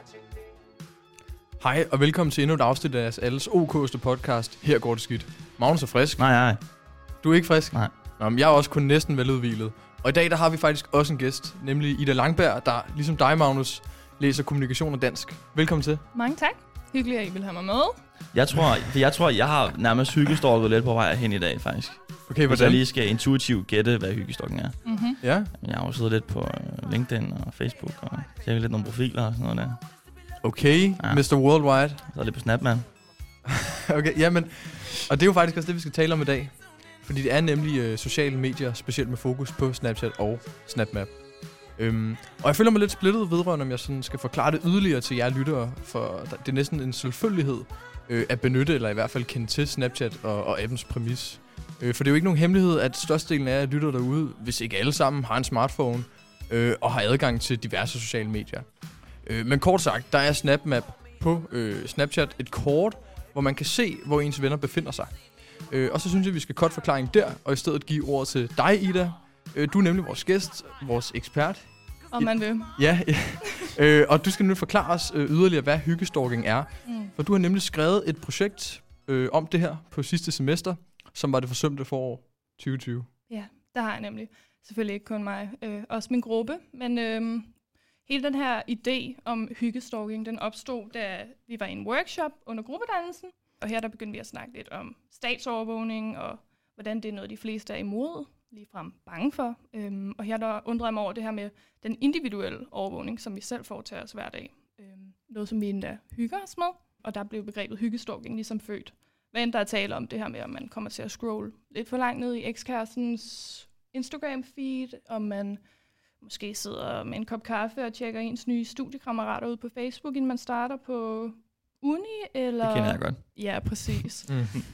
Hej og velkommen til endnu et afsnit af jeres alles OK'ste podcast. Her går det skidt. Magnus er frisk. Nej. Du er ikke frisk? Nej. Nå, men jeg er også kun næsten veludhvilet. Og i dag der har vi faktisk også en gæst, nemlig Ida Langberg, der ligesom dig, Magnus, læser kommunikation og dansk. Velkommen til. Mange tak. Hyggeligt, at I vil have mig med. Jeg tror, jeg har nærmest hyggestalket lidt på vej hen i dag, faktisk. Okay, hvis jeg lige skal intuitivt gætte, hvad hyggestalken er. Mm-hmm. Ja. Jeg har jo siddet lidt på LinkedIn og Facebook og tjekket lidt nogle profiler og sådan noget der. Okay, ja. Mr. Worldwide. Så er lidt på Snapman. Okay, jamen. Og det er jo faktisk også det, vi skal tale om i dag. Fordi det er nemlig sociale medier, specielt med fokus på Snapchat og SnapMap. Og jeg føler mig lidt splittet vedrørende, om jeg sådan skal forklare det yderligere til jer lyttere, for det er næsten en selvfølgelighed at benytte, eller i hvert fald kende til Snapchat og appens præmis. For det er jo ikke nogen hemmelighed, at størstedelen af jer lytter derude, hvis ikke alle sammen, har en smartphone og har adgang til diverse sociale medier. Men kort sagt, der er SnapMap på Snapchat et kort, hvor man kan se, hvor ens venner befinder sig. Og så synes jeg, vi skal kort forklaring der, og i stedet give ordet til dig, Ida. Du er nemlig vores gæst, vores ekspert. Om man vil. Ja, og du skal nu forklare os yderligere, hvad hyggestalking er. For du har nemlig skrevet et projekt om det her på sidste semester, som var det forsømte forår 2020. Ja, der har jeg nemlig. Selvfølgelig ikke kun mig, også min gruppe. Men hele den her idé om hyggestalking, den opstod, da vi var i en workshop under gruppedannelsen. Og her der begyndte vi at snakke lidt om statsovervågning, og hvordan det er noget, de fleste er imod, ligefrem bange for. Og her der undrede jeg mig over det her med den individuelle overvågning, som vi selv foretager os hver dag. Noget, som vi endda hygger os med. Og der blev begrebet hyggestalking ligesom født. Hvad end der er tale om det her med, om man kommer til at scrolle lidt for langt ned i ekskærestens Instagram-feed, om man måske sidder med en kop kaffe og tjekker ens nye studiekammerater ud på Facebook, inden man starter på uni, eller... Det kender jeg godt. Ja, præcis.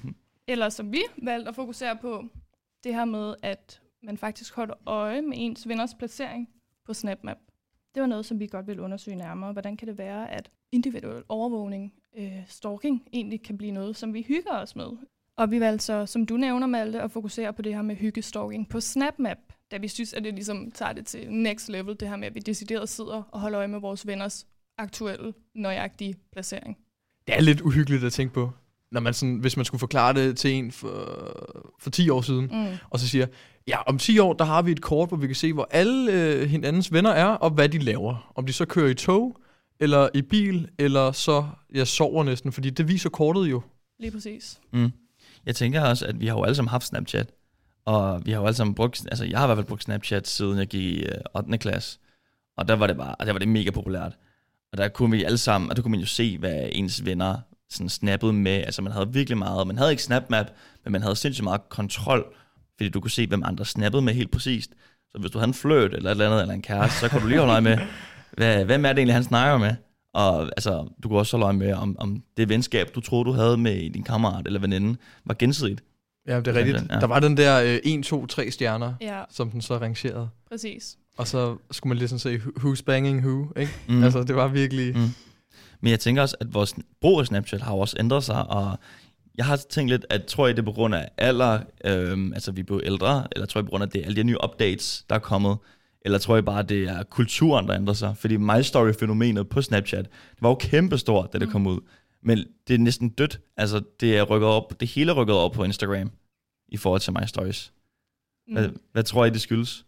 Eller som vi valgte at fokusere på, det her med, at man faktisk holder øje med ens venners placering på SnapMap. Det var noget, som vi godt ville undersøge nærmere. Hvordan kan det være, at individuel overvågning, stalking, egentlig kan blive noget, som vi hygger os med? Og vi valgte så, som du nævner, Malte, at fokusere på det her med hyggestalking på SnapMap, da vi synes, at det ligesom tager det til next level, det her med, at vi decideret sidder og holder øje med vores venners aktuelle, nøjagtige placering. Det er lidt uhyggeligt at tænke på, når man sådan, hvis man skulle forklare det til en for 10 år siden, og så siger, ja, om 10 år, der har vi et kort, hvor vi kan se, hvor alle hinandens venner er, og hvad de laver. Om de så kører i tog, eller i bil, eller så sover næsten, fordi det viser kortet jo. Lige præcis. Jeg tænker også, at vi har jo alle sammen haft Snapchat, og vi har jo alle sammen brugt, altså jeg har i hvert fald brugt Snapchat, siden jeg gik i 8. klasse, og der var det mega populært. Og der kunne vi alle sammen, og der kunne man jo se, hvad ens venner sådan snappede med. Altså man havde virkelig meget, man havde ikke SnapMap, men man havde sindssygt meget kontrol, fordi du kunne se, hvem andre snappede med helt præcist. Så hvis du havde en flirt eller et eller andet, eller en kæreste, så kunne du lige holde øje med, hvem er det egentlig, han snakker med. Og altså, du kunne også holde øje med, om det venskab, du troede, du havde med din kammerat eller veninde, var gensidigt. Ja, det er rigtigt. Ja. Der var den der 1, 2, 3 stjerner, som den så rangerede. Præcis. Og så skulle man lige sådan se, who's banging who, ikke? Altså, det var virkelig... Men jeg tænker også, at vores brug af Snapchat har også ændret sig, og jeg har tænkt lidt, at tror jeg, det er på grund af alder, altså vi blev ældre, eller tror jeg på grund af det, alle de nye updates, der er kommet, eller tror jeg bare, det er kulturen, der ændrer sig, fordi My Story-fænomenet på Snapchat, det var jo kæmpestort, da det kom ud, men det er næsten dødt, altså det er rykket op, det hele er rykket op på Instagram, i forhold til My Stories. Hvad tror I, det skyldes?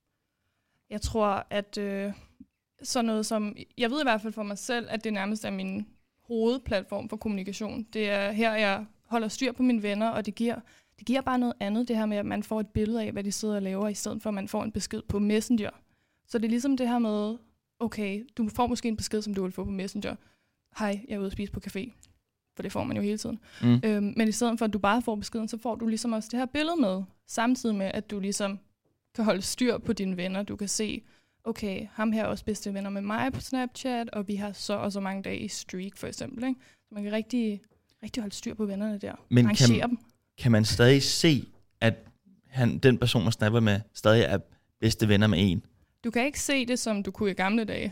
Jeg tror, at sådan noget som... Jeg ved i hvert fald for mig selv, at det nærmest er min hovedplatform for kommunikation. Det er her, jeg holder styr på mine venner, og det giver bare noget andet, det her med, at man får et billede af, hvad de sidder og laver, i stedet for, at man får en besked på Messenger. Så det er ligesom det her med, okay, du får måske en besked, som du vil få på Messenger. Hej, jeg er ude at spise på café. For det får man jo hele tiden. Men i stedet for, at du bare får beskeden, så får du ligesom også det her billede med, samtidig med, at du ligesom kan holde styr på dine venner. Du kan se, okay, ham her er også bedste venner med mig på Snapchat, og vi har så og så mange dage i streak, for eksempel. Ikke? Så man kan rigtig holde styr på vennerne der. Men kan man stadig se, at den person, man snapper med, stadig er bedste venner med en? Du kan ikke se det, som du kunne i gamle dage,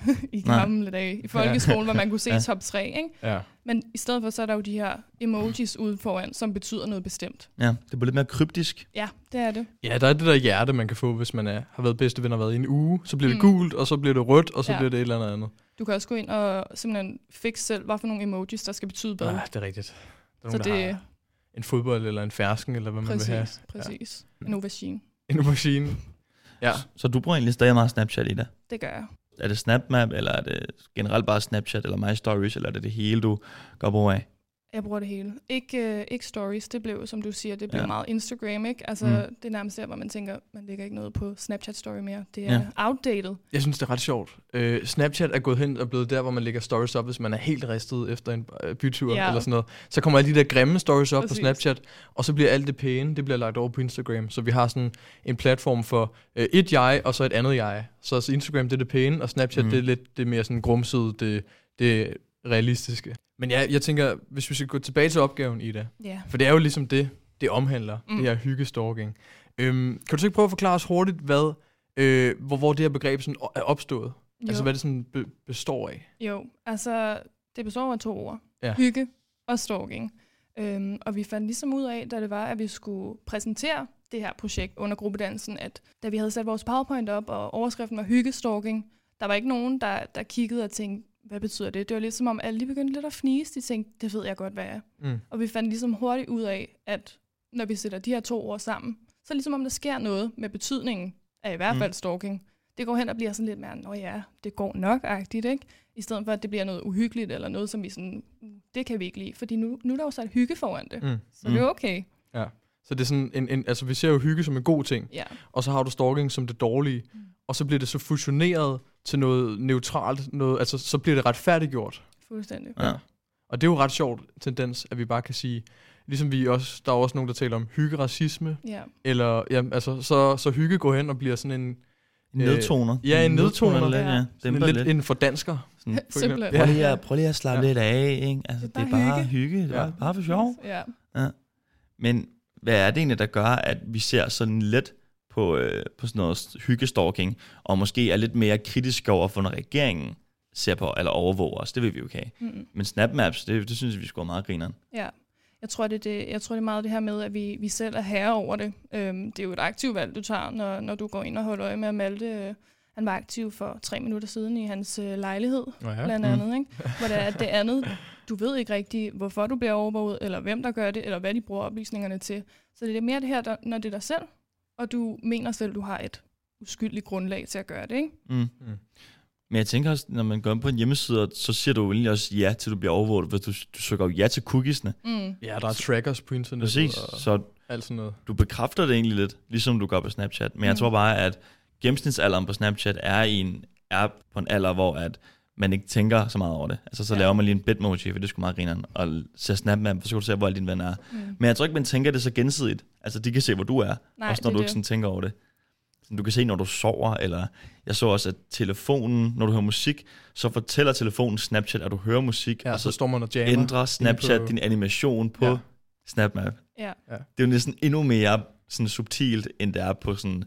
i folkeskolen, hvor man kunne se top 3, ikke? Ja. Men i stedet for, så er der jo de her emojis ude foran, som betyder noget bestemt. Ja, det bliver lidt mere kryptisk. Ja, det er det. Ja, der er det der hjerte, man kan få, hvis man har været bedste venner i en uge. Så bliver det gult, og så bliver det rødt, og så bliver det et eller andet. Du kan også gå ind og simpelthen fikse selv, hvad for nogle emojis, der skal betyde hvad. Ja, det er rigtigt. Der er nogen, der har en fodbold eller en fersken, eller hvad man vil have. Præcis. En aubergine. En aubergine. Ja. Så du bruger egentlig stadig meget Snapchat i det? Det gør jeg. Er det SnapMap, eller er det generelt bare Snapchat, eller My Stories, eller er det hele, du går brug af? Jeg bruger det hele. Ikke stories, det blev, som du siger, det blev meget Instagram, ikke? Altså, det er nærmest der, hvor man tænker, man lægger ikke noget på Snapchat Story mere. Det er outdated. Jeg synes, det er ret sjovt. Snapchat er gået hen og blevet der, hvor man lægger stories op, hvis man er helt ristet efter en bytur eller sådan noget. Så kommer alle de der grimme stories op på Snapchat, og så bliver alt det pæne, det bliver lagt over på Instagram. Så vi har sådan en platform for et jeg, og så et andet jeg. Så Instagram, det er det pæne, og Snapchat, det er lidt det mere sådan grumsede, det realistiske. Men ja, jeg tænker, hvis vi skal gå tilbage til opgaven i det, for det er jo ligesom det omhandler, det her hyggestalking. Kan du så ikke prøve at forklare os hurtigt, hvor det her begreb sådan er opstået? Jo. Altså, hvad det sådan består af? Jo, altså, det består af 2 ord. Ja. Hygge og stalking. Og vi fandt ligesom ud af, da det var, at vi skulle præsentere det her projekt under gruppedansen, at da vi havde sat vores PowerPoint op, og overskriften var hyggestalking, der var ikke nogen, der kiggede og tænkte, hvad betyder det? Det var lidt som om, alle de begyndte lidt at fnise. De tænkte, det ved jeg godt, hvad er. Og vi fandt ligesom hurtigt ud af, at når vi sætter de her 2 ord sammen, så ligesom om der sker noget med betydningen af i hvert fald stalking. Det går hen og bliver sådan lidt mere, nå ja, det går nok-agtigt, ikke? I stedet for, at det bliver noget uhyggeligt, eller noget, som vi sådan, det kan vi ikke lide. Fordi nu er der jo sat hygge foran det. Så det er okay. Ja. Så det er sådan altså vi ser jo hygge som en god ting, og så har du stalking som det dårlige, og så bliver det så fusioneret til noget neutralt, altså så bliver det retfærdiggjort. Fuldstændig. Ja. Og det er jo ret sjovt tendens, at vi bare kan sige, ligesom vi også, der er også nogen, der taler om hyggeracisme, eller altså så hygge går hen og bliver sådan en nedtoner. Ja, en nedtoner. Lidt en fordansker. Prøv lige at slappe lidt af, ikke? Altså, det er bare hygge. Det er bare for sjov. Ja. Men hvad er det egentlig, der gør, at vi ser sådan lidt på sådan noget hyggestalking, og måske er lidt mere kritisk over for, når regeringen ser på eller overvåger os? Det vil vi jo ikke have. Men SnapMaps, det synes vi sgu meget grineren. Ja. Jeg tror, det er meget det her med, at vi selv er herre over det. Det er jo et aktivt valg, du tager, når du går ind og holder øje med, at Malte han var aktiv for 3 minutter siden i hans lejlighed, blandt andet. Ikke? Hvor det er det andet, du ved ikke rigtigt, hvorfor du bliver overvåget, eller hvem der gør det, eller hvad de bruger oplysningerne til. Så det er mere det her, når det er dig selv, og du mener selv, du har et uskyldigt grundlag til at gøre det. Ikke? Men jeg tænker også, når man går ind på en hjemmeside, så siger du jo egentlig også ja til, du bliver overvåget, hvis du søger ja til cookiesne. Ja, der er trackers på internet. Præcis, så alt sådan noget. Du bekræfter det egentlig lidt, ligesom du gør på Snapchat. Men jeg tror bare, at gennemsnitsalderen på Snapchat er på en alder, hvor at man ikke tænker så meget over det. Altså så laver man lige en bitmoji, for det er sgu meget grineren, og ser SnapMap, for så kan du se, hvor alle dine venner er. Men jeg tror ikke, man tænker det så gensidigt. Altså de kan se, hvor du er, også når du ikke sådan tænker over det. Du kan se, når du sover, eller jeg så også, at telefonen, når du hører musik, så fortæller telefonen Snapchat, at du hører musik, og så står man og jammer. Ændrer Snapchat din animation på SnapMap. Ja. Det er jo næsten endnu mere sådan subtilt, end det er på sådan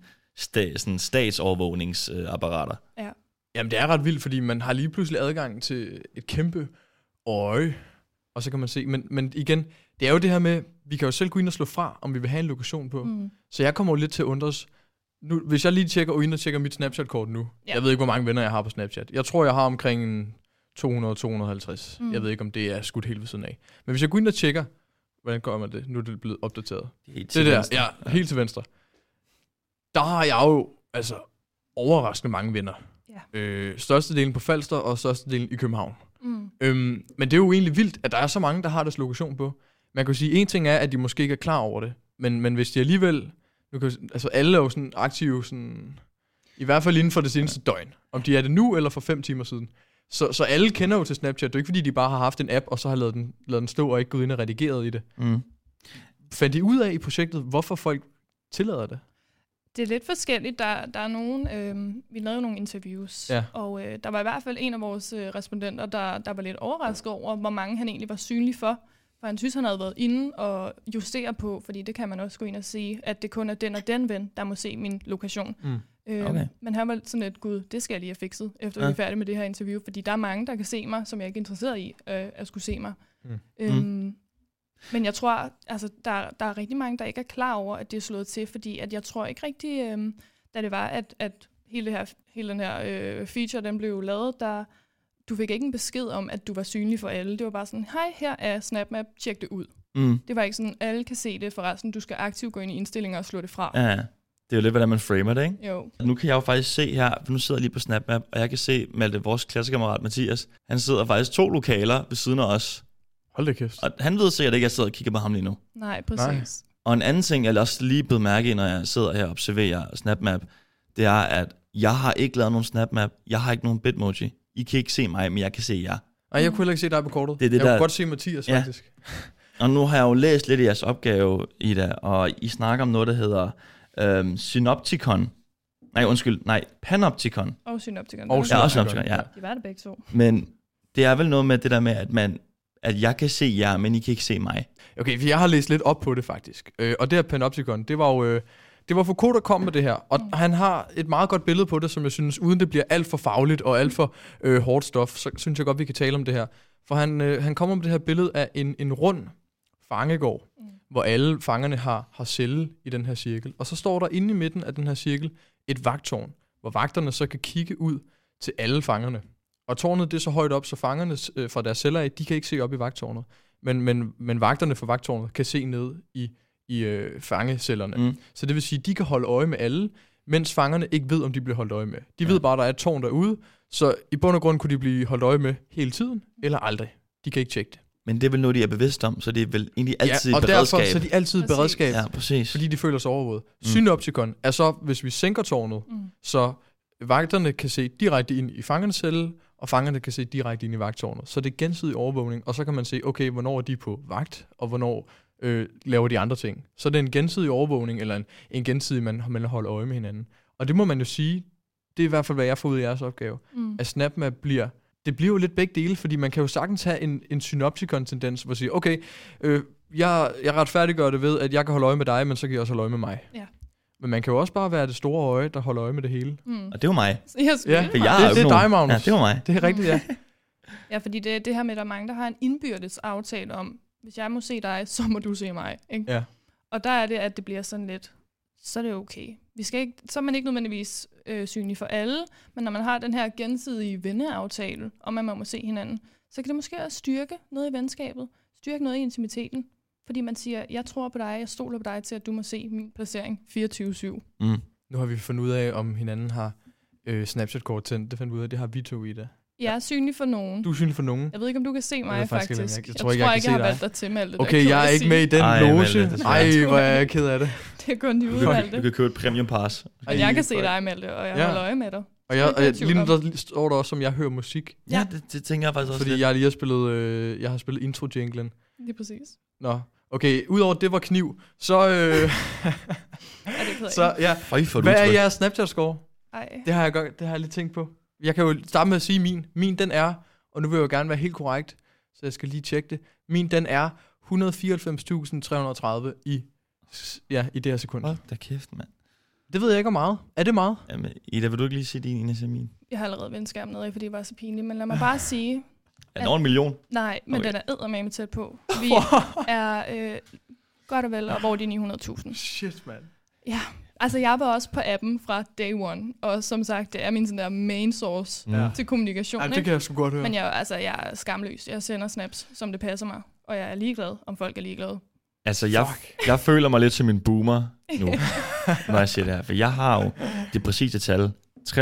statsovervågningsapparater. Ja. Jamen det er ret vildt, fordi man har lige pludselig adgang til et kæmpe øje, og så kan man se, men igen, det er jo det her med, vi kan jo selv gå ind og slå fra, om vi vil have en lokation på. Så jeg kommer jo lidt til at undres, nu, hvis jeg lige tjekker mit Snapchat-kort nu, jeg ved ikke, hvor mange venner jeg har på Snapchat. Jeg tror, jeg har omkring 200-250. Jeg ved ikke, om det er skudt helt ved siden af. Men hvis jeg går ind og tjekker, hvordan gør man det? Nu er det blevet opdateret. Helt til venstre. Ja, helt til venstre. Der har jeg jo altså overraskende mange venner. Ja. Størstedelen på Falster og størstedelen i København. Men det er jo egentlig vildt, at der er så mange, der har deres lokation på. Man kan sige, en ting er, at de måske ikke er klar over det. Men hvis de alligevel... Altså alle er jo sådan aktive, sådan, i hvert fald inden for det seneste døgn. Om de er det nu, eller for 5 timer siden. Så alle kender jo til Snapchat. Det er ikke fordi, de bare har haft en app, og så har lavet den stå og ikke gået ind og redigeret i det. Fandt de ud af i projektet, hvorfor folk tillader det? Det er lidt forskelligt. Der er nogen, vi lavede nogle interviews, og der var i hvert fald en af vores respondenter, der var lidt overrasket over, hvor mange han egentlig var synlig for. For han synes, han havde været inde og justere på, fordi det kan man også gå ind og sige, at det kun er den og den ven, der må se min lokation. Okay. Men han var sådan lidt, gud, det skal jeg lige have fikset, efter vi er færdige med det her interview, fordi der er mange, der kan se mig, som jeg ikke er interesseret i, at skulle se mig. Men jeg tror, altså, der er rigtig mange, der ikke er klar over, at det er slået til, fordi at jeg tror ikke rigtig, da det var, at hele den her feature, den blev lavet, du fik ikke en besked om, at du var synlig for alle. Det var bare sådan, hej, her er SnapMap, tjek det ud. Det var ikke sådan, alle kan se det, forresten, du skal aktivt gå ind i indstillinger og slå det fra. Ja, det er jo lidt, hvordan man framer det, ikke? Jo. Nu kan jeg jo faktisk se her, for nu sidder jeg lige på SnapMap, og jeg kan se Malte, vores klassekammerat Mathias, han sidder faktisk 2 lokaler ved siden af os. Hold da kæft. Og han ved sikkert ikke, at jeg sidder og kigger på ham lige nu. Nej, præcis. Nej. Og en anden ting, jeg også lige blevet mærke i, når jeg sidder her og observerer SnapMap, det er, at jeg har ikke lavet nogen SnapMap, jeg har ikke nogen Bitmoji. I kan ikke se mig, men jeg kan se jer. Nej, jeg kunne heller ikke se dig på kortet. Det jeg der... kunne godt se Mathias, faktisk. Og nu har jeg jo læst lidt i jeres opgave, Ida, og I snakker om noget, der hedder Synopticon. Panopticon. Og Synopticon. Og Synopticon, ja. De var det begge to. Men det er vel noget med det der med, at jeg kan se jer, men I kan ikke se mig. Okay, for jeg har læst lidt op på det, faktisk. Og det her Panopticon, det var jo... Det var Foucault, der kom med det her, og han har et meget godt billede på det, som jeg synes, uden det bliver alt for fagligt og alt for hårdt stof, så synes jeg godt, vi kan tale om det her. For han kommer med det her billede af en rund fangegård, hvor alle fangerne har celle i den her cirkel. Og så står der inde i midten af den her cirkel et vagttårn, hvor vagterne så kan kigge ud til alle fangerne. Og tårnet det er så højt op, så fangerne fra deres celler af, de kan ikke se op i vagttårnet. Men vagterne fra vagttårnet kan se ned i fangecellerne. Så det vil sige, at de kan holde øje med alle, mens fangerne ikke ved, om de bliver holdt øje med. De ved bare, at der er et tårn derude, så i bund og grund kunne de blive holdt øje med hele tiden, eller aldrig. De kan ikke tjekke det. Men det er vel noget, de er bevidst om, så det er vel egentlig altid og i beredskab. derfor så er de altid i beredskab, ja, præcis. fordi de føler sig overvåget. Synopticon er så, hvis vi sænker tårnet, så vagterne kan se direkte ind i fangernes celle, og fangerne kan se direkte ind i vagttårnet. Så det er gensidig overvågning, og så kan man se, okay, hvornår er de på vagt, og hvornår laver de andre ting. Så det er en gensidig overvågning, eller en gensidig, man holder øje med hinanden. Og det må man jo sige, det er i hvert fald, hvad jeg får ud af jeres opgave. At SnapMap bliver jo lidt begge dele, fordi man kan jo sagtens have en synopticon-tendens, hvor man siger, okay, jeg retfærdiggør det ved, at jeg kan holde øje med dig, men så kan jeg også holde øje med mig. Ja. Men man kan jo også bare være det store øje, der holder øje med det hele. Og det er jo mig. Ja, for jeg det er dig, Magnus. Ja, det var mig. Det er rigtigt, ja. Ja, fordi det er det her med, at der er mange, der har en indbyrdes aftale om, hvis jeg må se dig, så må du se mig. Ikke? Ja. Og der er det, at det bliver sådan lidt, så er det okay. Så er man ikke nødvendigvis synlig for alle, men når man har den her gensidige venneaftale, om at man må se hinanden, så kan det måske også styrke noget i venskabet, styrke noget i intimiteten, fordi man siger, jeg tror på dig, jeg stoler på dig til, at du må se min placering 24/7. Nu har vi fundet ud af, om hinanden har Snapchat-kort tændt. Det fandt vi ud af, det har vi to i det. Jeg er synlig for nogen. Du er synlig for nogen? Jeg ved ikke, om du kan se mig, faktisk. Jeg tror ikke, jeg har valgt dig til, Malte. Okay, jeg er ikke med i den loge. Ej, hvor er jeg ked af det. Det er kun de udvalgte. Du kan købe et premium pass. Og jeg kan se dig, Malte, og jeg holder øje med dig. Og lige nu der står der også, som jeg hører musik. Ja, det tænker jeg faktisk også. Fordi jeg lige har spillet intro-jinglen. Det er præcis. Nå, okay, udover det var kniv, så... så ja. Hvad er jeres Snapchat-score? Det har jeg lige tænkt på. Jeg kan jo starte med at sige min. Min, den er, og nu vil jeg jo gerne være helt korrekt, så jeg skal lige tjekke det. Min, den er 194.330 i det her sekund. Hold da kæft, mand. Det ved jeg ikke om meget. Er det meget? Jamen, Ida, vil du ikke lige sige din, Ines og min? Jeg har allerede vendt skærmen nedad, fordi det var så pinligt, men lad mig bare sige... Er det over 1 million? Nej, men den er eddermame tæt på. Vi er godt og vel over de 900.000. Shit, mand. Ja, altså jeg var også på appen fra day one, og som sagt, det er min sådan der main source til kommunikation. Ja, det kan jeg sgu godt høre. Men jeg er skamløs. Jeg sender snaps, som det passer mig, og jeg er ligeglad, om folk er ligeglade. Altså, jeg føler mig lidt som en boomer nu, når jeg siger det her, for jeg har jo det præcise tal, 73.893.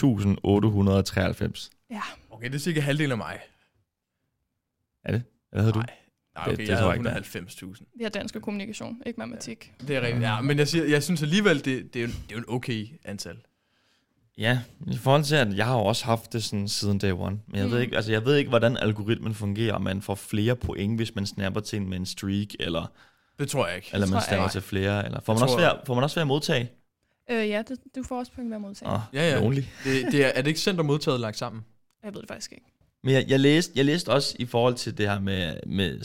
Ja. Okay, det er cirka halvdelen af mig. Er det? Hvad hedder du? Nej, okay, jeg havde 190.000. Vi har dansk og kommunikation, ikke matematik. Ja, det er rigtigt, ja. Men jeg synes alligevel, det er jo en okay antal. Ja, i forhold til, at jeg har jo også haft det sådan siden day one. Men jeg ved ikke, hvordan algoritmen fungerer, om man får flere point, hvis man snapper til en med en streak, eller... Det tror jeg ikke. Eller man snapper til flere, eller... Får man også være modtage? Ja, du får også point ved at modtage. Ja. Er det ikke sendt og modtaget lagt sammen? Jeg ved det faktisk ikke. Men jeg læste også i forhold til det her med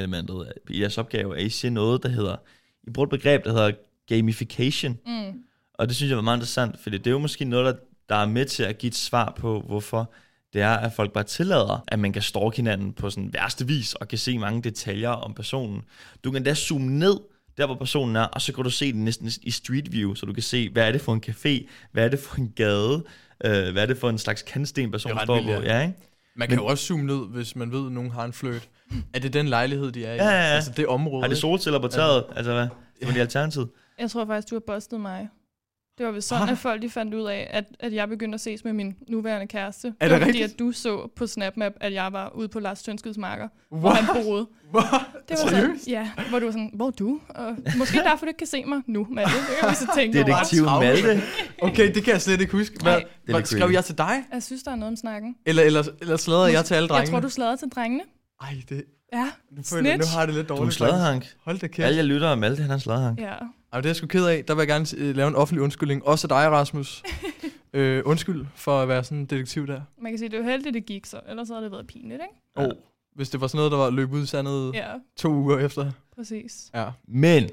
stalking-elementet i jeres opgave, at I siger noget, der hedder... I bruger et begreb, der hedder gamification. Og det synes jeg var meget interessant, fordi det er jo måske noget, der er med til at give et svar på, hvorfor det er, at folk bare tillader, at man kan stalke hinanden på sådan værste vis, og kan se mange detaljer om personen. Du kan da zoome ned, der hvor personen er, og så kan du se den næsten i street view, så du kan se, hvad er det for en café, hvad er det for en gade, hvad er det for en slags kantsten, personen står på. Ja, ikke? Man kan jo også zoome ned, hvis man ved, at nogen har en flirt. Er det den lejlighed, de er i? Ja. Altså det område. Har de solceller på taget? Altså hvad? Det var det alternativ. Jeg tror faktisk, du har bustet mig. Det var vist sådan, at folk de fandt ud af, at jeg begyndte at ses med min nuværende kæreste. Er det fordi, at du så på SnapMap, at jeg var ude på Lars Tønskyds marker, hvor han boede. Det var sådan, ja, hvor du var sådan, hvor er du? Og måske derfor, du ikke kan se mig nu, Malte. Det kan vi så tænke over. Detektiv Malte. Okay, det kan jeg slet ikke huske. Hvad skrev jeg til dig? Jeg synes, der er noget om snakken. Eller sladrede jeg til alle drengene? Jeg tror, du sladrede til drengene. Ej, det... Ja, nu har jeg det lidt dårligt. Du er sladderhank. Hold da kæft. Alle jeg lytter om Malte, han er sladderhank. Ja. Ej, det er jeg sgu ked af. Der vil jeg gerne lave en offentlig undskyldning. Også dig, Rasmus. Undskyld for at være sådan en detektiv der. Man kan sige, det er jo heldigt, det gik så. Ellers havde det været pinligt, ikke? Hvis det var sådan noget, der var løbet ud sandet 2 uger efter. Præcis. Ja. Men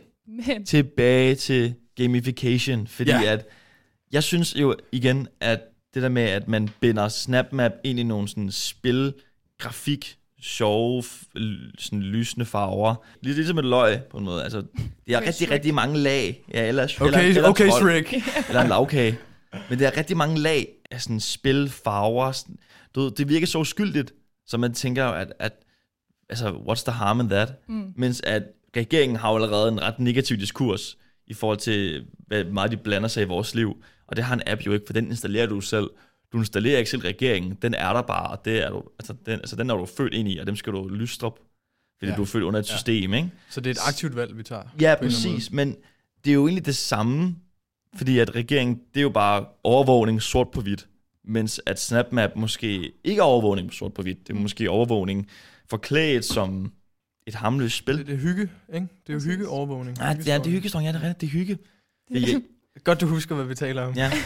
tilbage til gamification. Fordi at jeg synes jo igen, at det der med, at man binder SnapMap ind i nogle sådan spil, grafik, sjove, sådan lysende farver. Ligesom et løg på en måde. Altså, det er rigtig mange lag. Ja, eller Shrek. Eller en lavkage. Men det er rigtig mange lag af sådan spil, farver. Sådan, du ved, det virker så uskyldigt, så man tænker at altså, what's the harm in that? Mens at regeringen har jo allerede en ret negativ diskurs i forhold til, hvad meget de blander sig i vores liv. Og det har en app jo ikke, for den installerer du selv. Du installerer ikke selv regeringen, den er der bare, og det er du, den er du født ind i, og dem skal du lystre, fordi du er født under et system, ikke? Så det er et aktivt valg, vi tager. Ja, præcis, men det er jo egentlig det samme, fordi at regeringen, det er jo bare overvågning sort på hvidt, mens at SnapMap måske ikke er overvågning sort på hvidt, det er måske overvågning forklædt som et harmløst spil. Det er hygge, ikke? Det er jo hygge-overvågning. Nej, det er hyggestrøm, ja, det er rigtigt, det er hygge. Godt, du husker, hvad vi taler om. Ja.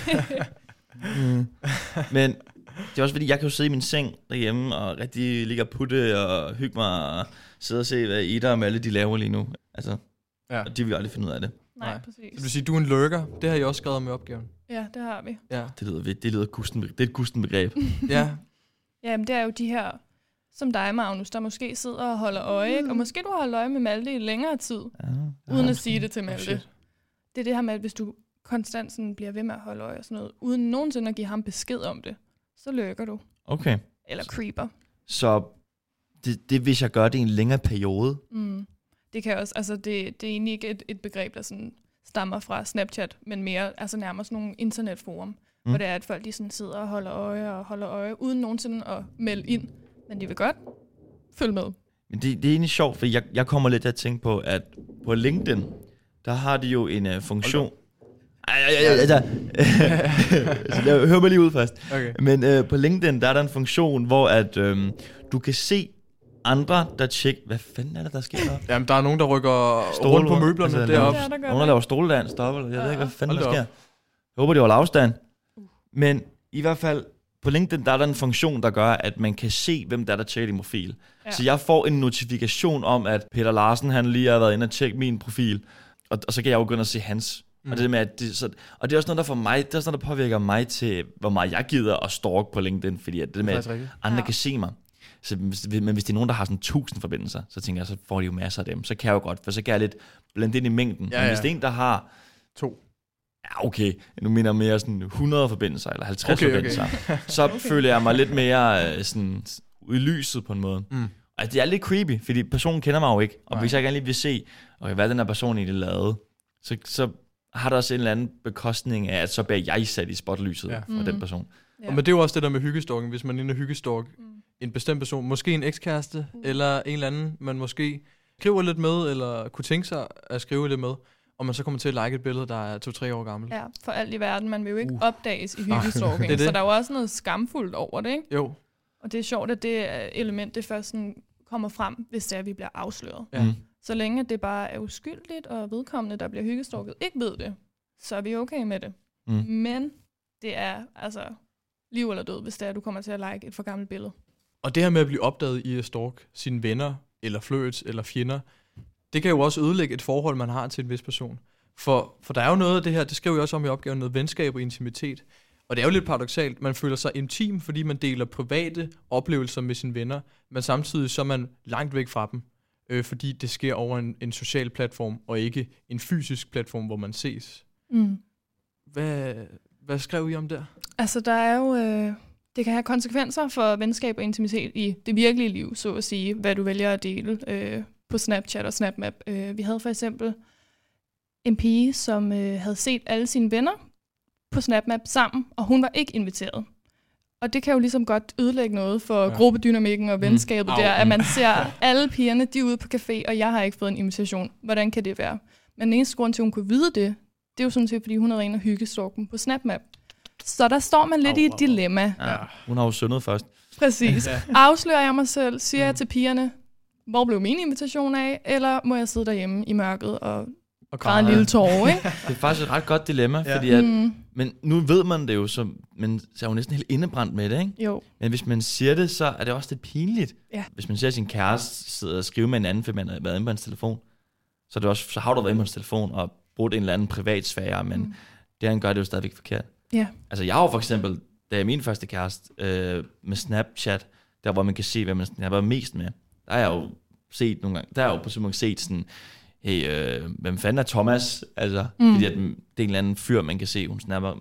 Men det er også fordi, jeg kan jo sidde i min seng derhjemme og rigtig ligge og putte og hygge mig og sidde og se, hvad Ida og Malle de laver lige nu. Altså, og de vil aldrig finde ud af det. Nej, præcis. Så du vil sige, du er en lurker. Det har jeg også skrevet med opgaven. Ja, det har vi. Ja. Det lyder det er et gusten begreb. Ja. Jamen, det er jo de her, som dig, Magnus, der måske sidder og holder øje, ikke? Og måske du har holdt øje med Malte i længere tid, uden at sige det til Malte. Det er det her med, at hvis du konstant sådan bliver ved med at holde øje og sådan noget, uden nogensinde at give ham besked om det, så lurker du. Okay. Eller creeper. Så det hvis jeg gør det i en længere periode? Det kan også, altså det er egentlig ikke et begreb, der sådan stammer fra Snapchat, men mere, altså nærmest nogle internetforum, hvor det er, at folk de sådan sidder og holder øje, uden nogensinde at melde ind. Men de vil godt følge med. Men det er egentlig sjovt, for jeg kommer lidt til at tænke på, at på LinkedIn, der har de jo en funktion. Hør mig lige ud først. Okay. Men på LinkedIn, der er der en funktion, hvor at du kan se andre, der tjekker... Hvad fanden er det, der sker der? Jamen, der er nogen, der rykker rundt på møblerne altså, deroppe. Nogen, der laver stoledans deroppe. Jeg ved ikke, hvad fanden der sker. Jeg håber, det holder afstand. Men i hvert fald, på LinkedIn, der er der en funktion, der gør, at man kan se, hvem der tjekker din profil. Ja. Så jeg får en notifikation om, at Peter Larsen, han lige har været inde og tjekke min profil. Og så kan jeg jo begynde at se hans. Og det med, at og det er også noget, der for mig, det er også noget, der påvirker mig til, hvor meget jeg gider at stalke på LinkedIn, fordi at det med, at andre kan se mig. Så, men hvis det er nogen, der har sådan 1000 forbindelser, så tænker jeg, så får de jo masser af dem. Så kan jeg jo godt, for så kan jeg lidt blande ind i mængden. Men hvis det er en, der har 2. Ja, okay. Nu mener jeg mere sådan 100 forbindelser, eller 50 forbindelser. Så føler jeg mig lidt mere sådan i lyset på en måde. Og det er lidt creepy, fordi personen kender mig jo ikke. Og hvis jeg gerne lige vil se, okay, hvad den her person egentlig lavede, så har der også en eller anden bekostning af, at så bliver jeg sat i spotlyset for den person. Ja. Men det er jo også det der med hyggestalking, hvis man er inde og hyggestalk en bestemt person, måske en ekskæreste, eller en eller anden, man måske skriver lidt med, eller kunne tænke sig at skrive lidt med, og man så kommer til at like et billede, der er 2-3 år gammelt. Ja, for alt i verden. Man vil jo ikke opdages i hyggestalking, det. Så der er jo også noget skamfuldt over det, ikke? Jo. Og det er sjovt, at det element, det først sådan kommer frem, hvis det er, at vi bliver afsløret. Ja. Så længe det bare er uskyldigt, og vedkommende, der bliver hyggestalket, ikke ved det, så er vi okay med det. Men det er altså liv eller død, hvis det er, at du kommer til at like et for gammelt billede. Og det her med at blive opdaget i at stalke sine venner, eller flirts, eller fjender, det kan jo også ødelægge et forhold, man har til en vis person. For der er jo noget af det her, det skriver jeg også om i opgaven, noget venskab og intimitet. Og det er jo lidt paradoksalt, man føler sig intim, fordi man deler private oplevelser med sine venner, men samtidig så er man langt væk fra dem, fordi det sker over en social platform, og ikke en fysisk platform, hvor man ses. Hvad skrev I om der? Altså, der er jo... det kan have konsekvenser for venskab og intimitet i det virkelige liv, så at sige, hvad du vælger at dele på Snapchat og SnapMap. Vi havde for eksempel en pige, som havde set alle sine venner på SnapMap sammen, og hun var ikke inviteret. Og det kan jo ligesom godt ødelægge noget for gruppedynamikken og venskabet der, at man ser alle pigerne, de er ude på café, og jeg har ikke fået en invitation. Hvordan kan det være? Men den eneste grund til, at hun kunne vide det, det er jo sådan set, fordi hun havde en af hyggestalken på SnapMap. Så der står man lidt i et dilemma. Ja, hun har jo syndet først. Præcis. Afslører jeg mig selv? Siger jeg til pigerne, hvor blev min invitation af? Eller må jeg sidde derhjemme i mørket og græde en lille tårer, ikke? Det er faktisk et ret godt dilemma, fordi at, men nu ved man det jo, men så er jo næsten helt indebrændt med det, ikke? Jo. Men hvis man siger det, så er det også lidt pinligt. Ja. Hvis man ser sin kæreste sidde og skrive med en anden, fordi man har været inde på hans telefon, så har du været inde på hans telefon og brugt en eller anden privat sfære, men det han gør, det jo stadigvæk forkert. Ja. Altså jeg har jo for eksempel, da jeg min første kæreste med Snapchat, der hvor man kan se, hvad man snapper mest med, der har jeg jo set nogle gange, der har jeg jo på sådan set sådan, hey, hvem fanden er Thomas? Altså, fordi at det er en eller anden fyr, man kan se, hun snapper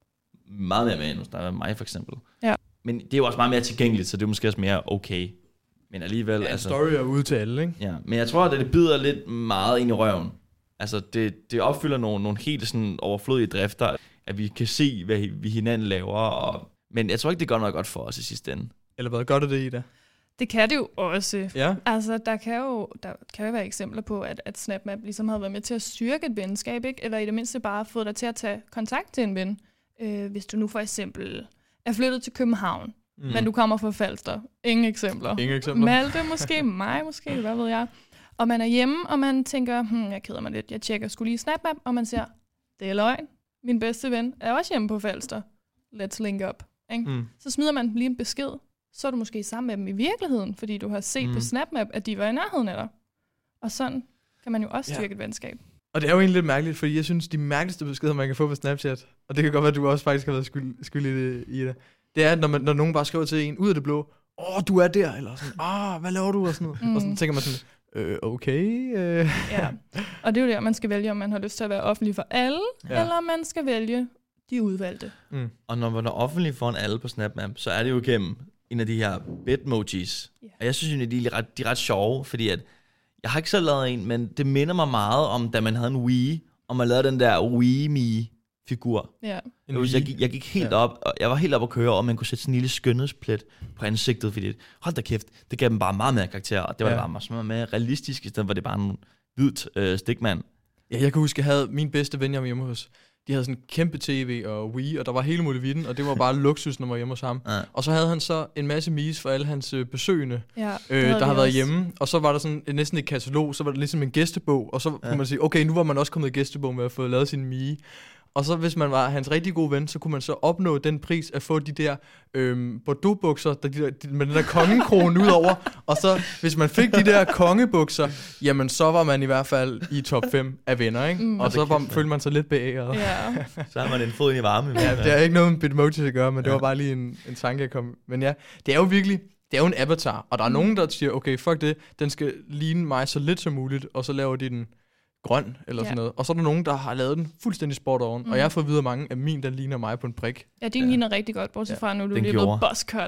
meget mere med, end hun snapper med mig for eksempel. Ja. Men det er jo også meget mere tilgængeligt, så det er måske også mere okay. Men alligevel... Ja, altså, story er ude til alle, ikke? Ja, men jeg tror, at det bider lidt meget ind i røven. Altså, det opfylder nogle helt sådan overflødige drifter, at vi kan se, hvad vi hinanden laver. Men jeg tror ikke, det gør noget godt for os i sidste ende. Eller hvad gør det, Ida? Det kan det jo også. Ja. Altså, der kan jo være eksempler på, at SnapMap ligesom har været med til at styrke et venskab, ikke? Eller i det mindste bare fået dig til at tage kontakt til en ven. Hvis du nu for eksempel er flyttet til København, men du kommer fra Falster. Ingen eksempler. Malte måske, mig måske, hvad ved jeg. Og man er hjemme, og man tænker, jeg keder mig lidt, jeg tjekker skulle lige SnapMap, og man ser, det er løgn. Min bedste ven er også hjemme på Falster. Let's link up. Ikke? Så smider man lige en besked, så er du måske sammen med dem i virkeligheden, fordi du har set på SnapMap, at de var i nærheden af dig. Og sådan kan man jo også styrke et venskab. Og det er jo egentlig lidt mærkeligt, fordi jeg synes, de mærkeligste beskeder, man kan få på Snapchat, og det kan godt være, at du også faktisk har været skyld i det, det er, at når nogen bare skriver til en ud af det blå, du er der, eller sådan, hvad laver du, og sådan noget. Og så tænker man sådan, okay. Ja, og det er jo der, man skal vælge, om man har lyst til at være offentlig for alle, eller om man skal vælge de udvalgte. Og når man er offentlig foran alle på SnapMap, så er det jo gennem en af de her bitmojis. Og jeg synes jo, de er ret sjove, fordi at jeg har ikke selv lavet en, men det minder mig meget om, da man havde en Wii, og man lavede den der Wii-Me-figur. Ja. Jeg gik helt op, og jeg var helt op at køre, og man kunne sætte sådan en lille skønhedsplet på ansigtet, fordi hold da kæft, det gav dem bare meget mere karakter, og det var bare meget mere realistisk, i stedet for det bare en hvidt stikmand. Ja, jeg kan huske, jeg havde min bedste ven hjemme hos. De havde sådan en kæmpe tv og Wii, og der var hele muligheden, og det var bare luksus, når man var hjemme hos ham. Ja. Og så havde han så en masse mise for alle hans besøgende, der har været hjemme. Og så var der sådan næsten et katalog, så var der ligesom en gæstebog, og så kunne man sige, okay, nu var man også kommet i gæstebog med at få lavet sin Mii. Og så hvis man var hans rigtig gode ven, så kunne man så opnå den pris at få de der Bordeaux-bukser med den der kongekrone ud over. Og så hvis man fik de der kongebukser, jamen så var man i hvert fald i top 5 af venner, ikke? Og så følte man sig lidt beæret. Ja. Så har man en fod ind i varme. Ja, det er ikke noget med Bitmoji at gøre, men det var bare lige en tanke, jeg kom. Men ja, det er jo virkelig, det er jo en avatar. Og der er nogen, der siger, okay, fuck det, den skal ligne mig så lidt som muligt, og så laver de den grøn, eller sådan noget. Og så er der nogen, der har lavet den fuldstændig spot on. Og jeg har fået videre mange af min, den ligner mig på en prik. Ja, din ligner rigtig godt, bortset fra, nu du lige blevet buzzcut.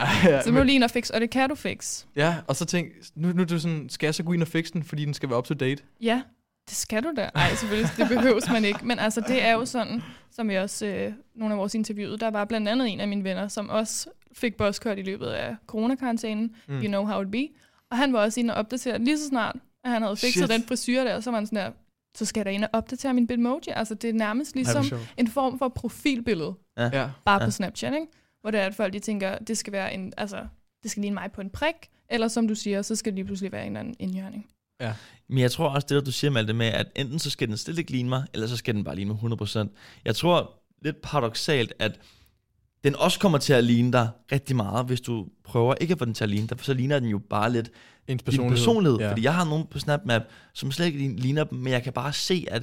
Så nu ligner fix, og det kan du fix. Ja, og så tænk, nu er du sådan, skal jeg så gå ind og fixe den, fordi den skal være up to date? Ja, det skal du da. Nej, selvfølgelig, det behøves man ikke. Men altså, det er jo sådan, som vi også, nogle af vores interviewede, der var blandt andet en af mine venner, som også fik buzzcut i løbet af coronakarantænen. You know how it be. Og han var også inde og opdatere lige så snart, at han havde fikset den frisyr der, så var han sådan der, så skal jeg da ind og opdatere min Bitmoji. Altså, det er nærmest ligesom en form for profilbillede. Ja. Bare på Snapchat, ikke? Hvor det er, at folk de tænker, det skal være det skal ligne mig på en prik, eller som du siger, så skal det lige pludselig være en eller anden indjørning. Ja. Men jeg tror også, det du siger med alt det med, at enten så skal den slet ikke ligne mig, eller så skal den bare ligne mig 100%. Jeg tror lidt paradoksalt, at den også kommer til at ligne dig rigtig meget, hvis du prøver ikke at få den til at ligne dig, for så ligner den jo bare lidt din personlighed. Ja. Fordi jeg har nogen på SnapMap, som slet ikke ligner dem, men jeg kan bare se, at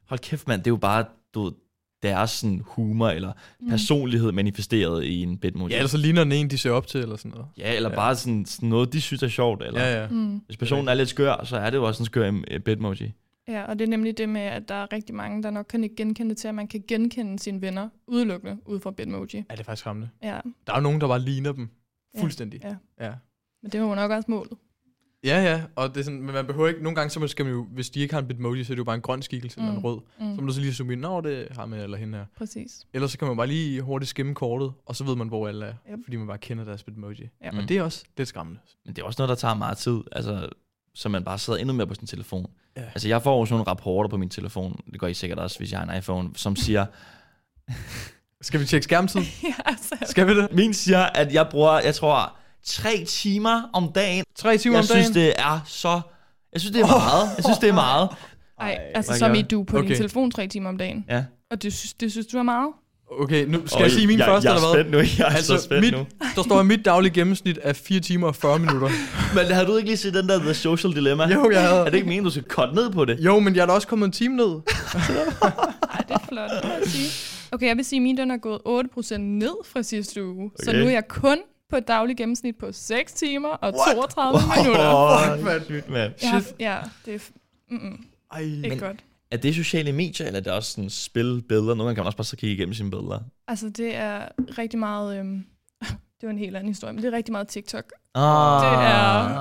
hold kæft mand, det er jo bare, deres sådan humor eller personlighed manifesteret i en bitmoji. Ja, eller så ligner den en, de ser op til, eller sådan noget. Ja, eller bare sådan noget, de synes er sjovt. Eller Ja. hvis personen er lidt skør, så er det jo også en skør bitmoji. Ja, og det er nemlig det med, at der er rigtig mange, der nok kan ikke genkende til, at man kan genkende sine venner udelukkende ud fra bitmoji. Ja, det er faktisk rammende. Ja. Der er jo nogen, der bare ligner dem. Fuldstændig. Ja. Men det var jo nok også målet. Ja, og det er sådan, men man behøver ikke, nogle gange så skal man jo, hvis de ikke har en bitmoji, så er det jo bare en grøn skikkelse eller en rød. Så må du så lige zoome ind, det har man eller hende her. Præcis. Ellers så kan man bare lige hurtigt skimme kortet, og så ved man, hvor alle er, fordi man bare kender deres bitmoji. Ja. Men det er også lidt skræmmende. Men det er også noget, der tager meget tid, altså, så man bare sidder endnu mere på sin telefon. Ja. Altså jeg får jo sådan nogle rapporter på min telefon, det går I sikkert også, hvis jeg har en iPhone, som siger... Skal vi tjekke skærmtid? Ja, altså. Skal vi det? Min siger, at jeg bruger, jeg tror, 3 timer om dagen. 3 timer om dagen? Jeg synes, det er så... Jeg synes, det er meget. Jeg synes, det er meget. Ej, altså som i du på din telefon 3 timer om dagen. Ja. Og det synes du er meget? Okay, nu skal jeg sige min første, eller hvad? Jeg er så spændt nu. Der står, at mit daglige gennemsnit er 4 timer og 40 minutter. Men havde du ikke lige set den der The Social Dilemma? Jo, jeg havde. Er det ikke meningen, du skal cutte ned på det? Jo, men jeg er da også kommet en time ned. Ej, det er flot, det må jeg sige. Okay, jeg vil sige, at min den er gået 8% ned fra sidste uge. Okay. Så nu er jeg kun på et dagligt gennemsnit på 6 timer og 32 minutter. Ja, det er ikke godt. Er det sociale medier, eller er det også sådan spil, billeder? Nogle gange kan man også bare så kigge igennem sine billeder. Altså, det er rigtig meget... det var en helt anden historie, men det er rigtig meget TikTok. Det er...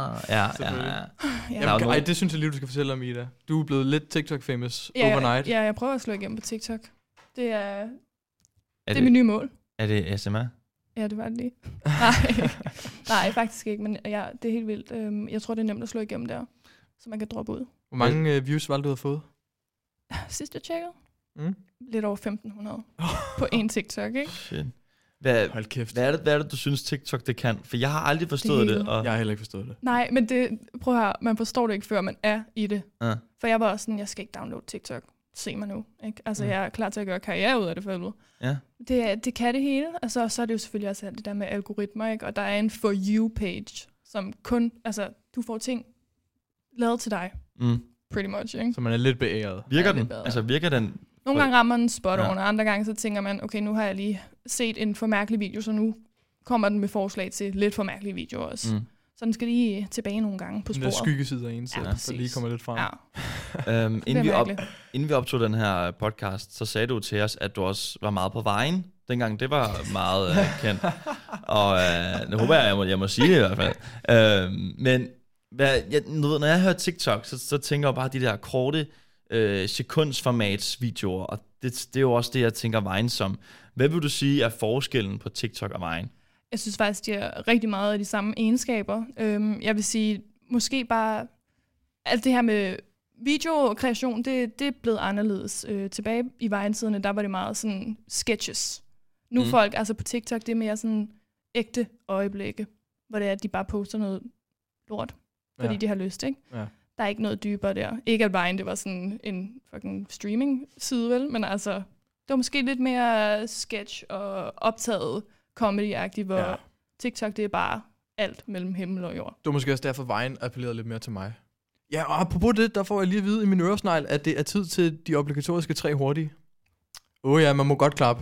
Ja. Det synes jeg lige, du skal fortælle om, Ida. Du er blevet lidt TikTok-famous overnight. Ja, jeg prøver at slå igennem på TikTok. Det er mit nye mål. Er det ASMR? Ja, det var det lige. Nej, faktisk ikke, men det er helt vildt. Jeg tror, det er nemt at slå igennem der, så man kan droppe ud. Hvor mange views var det, du havde fået? Sidst jeg tjekkede? Lidt over 1500 på en TikTok, ikke? Shit. Hold kæft. Hvad er det, du synes TikTok det kan? For jeg har aldrig forstået det. Og... Jeg har heller ikke forstået det. Nej, men prøv at høre, man forstår det ikke, før man er i det. For jeg var også sådan, jeg skal ikke downloade TikTok. Se mig nu, ikke? Altså, jeg er klar til at gøre karriere ud af det for helvede. Ja. Det kan det hele. Altså, så er det jo selvfølgelig også det der med algoritmer, ikke? Og der er en For You-page, som kun, altså, du får ting lavet til dig. Pretty much, ikke? Så man er lidt beæret. Virker den? Nogle gange rammer den spot on, og andre gange så tænker man, okay, nu har jeg lige set en for mærkelig video, så nu kommer den med forslag til lidt for mærkelige videoer også. Så den skal lige tilbage nogle gange på sporet. Den der skyggeside af en selv, så lige kommer lidt frem. Ja. Inden vi optog den her podcast, så sagde du til os, at du også var meget på vejen. Dengang det var meget kendt. Og nu håber jeg må sige det i hvert fald. Men når jeg hører TikTok, så tænker jeg bare de der korte sekundsformats videoer, og det er jo også det, jeg tænker Vine som. Hvad vil du sige er forskellen på TikTok og Vine? Jeg synes faktisk, de har rigtig meget af de samme egenskaber. Jeg vil sige, måske bare alt det her med videokreation, det er blevet anderledes. Tilbage i Vine-siderne, der var det meget sådan sketches. Nu folk, altså på TikTok, det er mere sådan ægte øjeblikke, hvor det er, at de bare poster noget lort, fordi de har lyst, ikke? Ja. Der er ikke noget dybere der. Ikke at Vine, det var sådan en fucking streaming-side, vel? Men altså, det var måske lidt mere sketch og optaget comedy-agtigt, hvor TikTok, det er bare alt mellem himmel og jord. Det var måske også derfor, Vine appellerede lidt mere til mig. Ja, og apropos det, der får jeg lige at vide i min øresnegl, at det er tid til de obligatoriske 3 hurtige. Ja, man må godt klappe.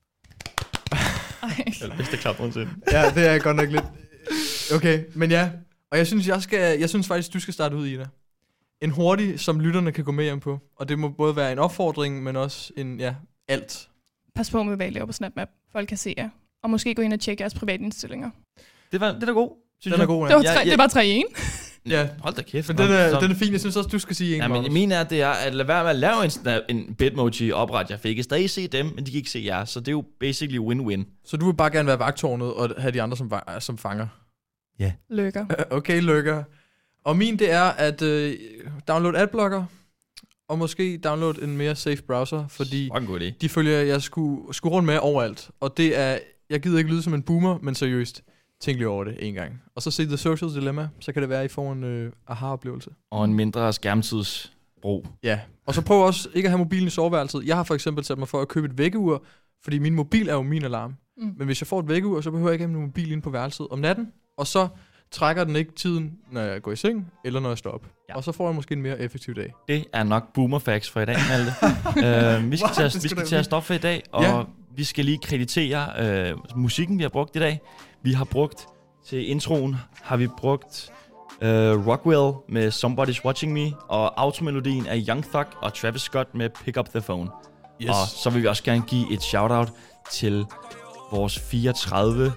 Det er det bedste klap nogensinde. Ja, det er godt nok lidt... Okay, men ja. Og jeg synes faktisk, du skal starte ud, Ida. En hurtig, som lytterne kan gå med hjem på. Og det må både være en opfordring, men også en, alt. Pas på med, hvad I laver på SnapMap. Folk kan se jer. Og måske gå ind og tjekke jeres private indstillinger. Det er da god. Den er god, ja. Det er bare 3 i 1. Ja. Hold da kæft. Men den er fin. Jeg synes også, du skal sige en. Ja, men min er, det er at lade være med at lave en bitmoji opret. Jeg fik stadig se dem, men de kan ikke se jer. Så det er jo basically win-win. Så du vil bare gerne være vagtårnet og have de andre som fanger? Ja. Lykker. Okay, lykker. Og min, det er at download adblocker, og måske download en mere safe browser, fordi de følger, jeg skulle rundt med overalt. Og det er, jeg gider ikke lyde som en boomer, men seriøst, tænk lige over det en gang. Og så se The Social Dilemma, så kan det være, at I får en aha-oplevelse. Og en mindre skærmtidsbrug. Ja, og så prøv også ikke at have mobilen i soveværelset. Jeg har for eksempel sat mig for at købe et vækkeur, fordi min mobil er jo min alarm. Men hvis jeg får et vækkeur, så behøver jeg ikke have min mobil inde på værelset om natten. Og så trækker den ikke tiden, når jeg går i seng, eller når jeg står op. Ja. Og så får jeg måske en mere effektiv dag. Det er nok boomer facts for i dag, Malte. Vi skal til at stoppe for i dag, og vi skal lige kreditere musikken, vi har brugt i dag. Vi har brugt til introen, har vi brugt Rockwell med Somebody's Watching Me, og automelodien af Young Thug og Travis Scott med Pick Up The Phone. Yes. Og så vil vi også gerne give et shout-out til vores 37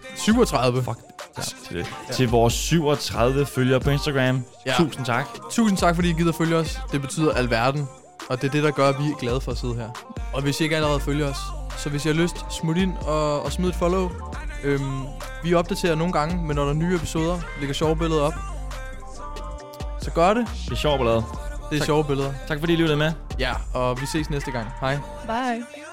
til vores 37 følgere på Instagram. Ja. Tusind tak. Tusind tak, fordi I gider følge os. Det betyder alverden, og det er det, der gør, at vi er glade for at sidde her. Og hvis I ikke allerede følger os, så hvis I har lyst, smut ind og smid et follow. Vi opdaterer nogle gange, men når der er nye episoder, lægger sjove billeder op. Så gør det. Det er sjovt billeder. Det er sjove billeder. Tak fordi I lyttede med. Ja, og vi ses næste gang. Hej. Bye.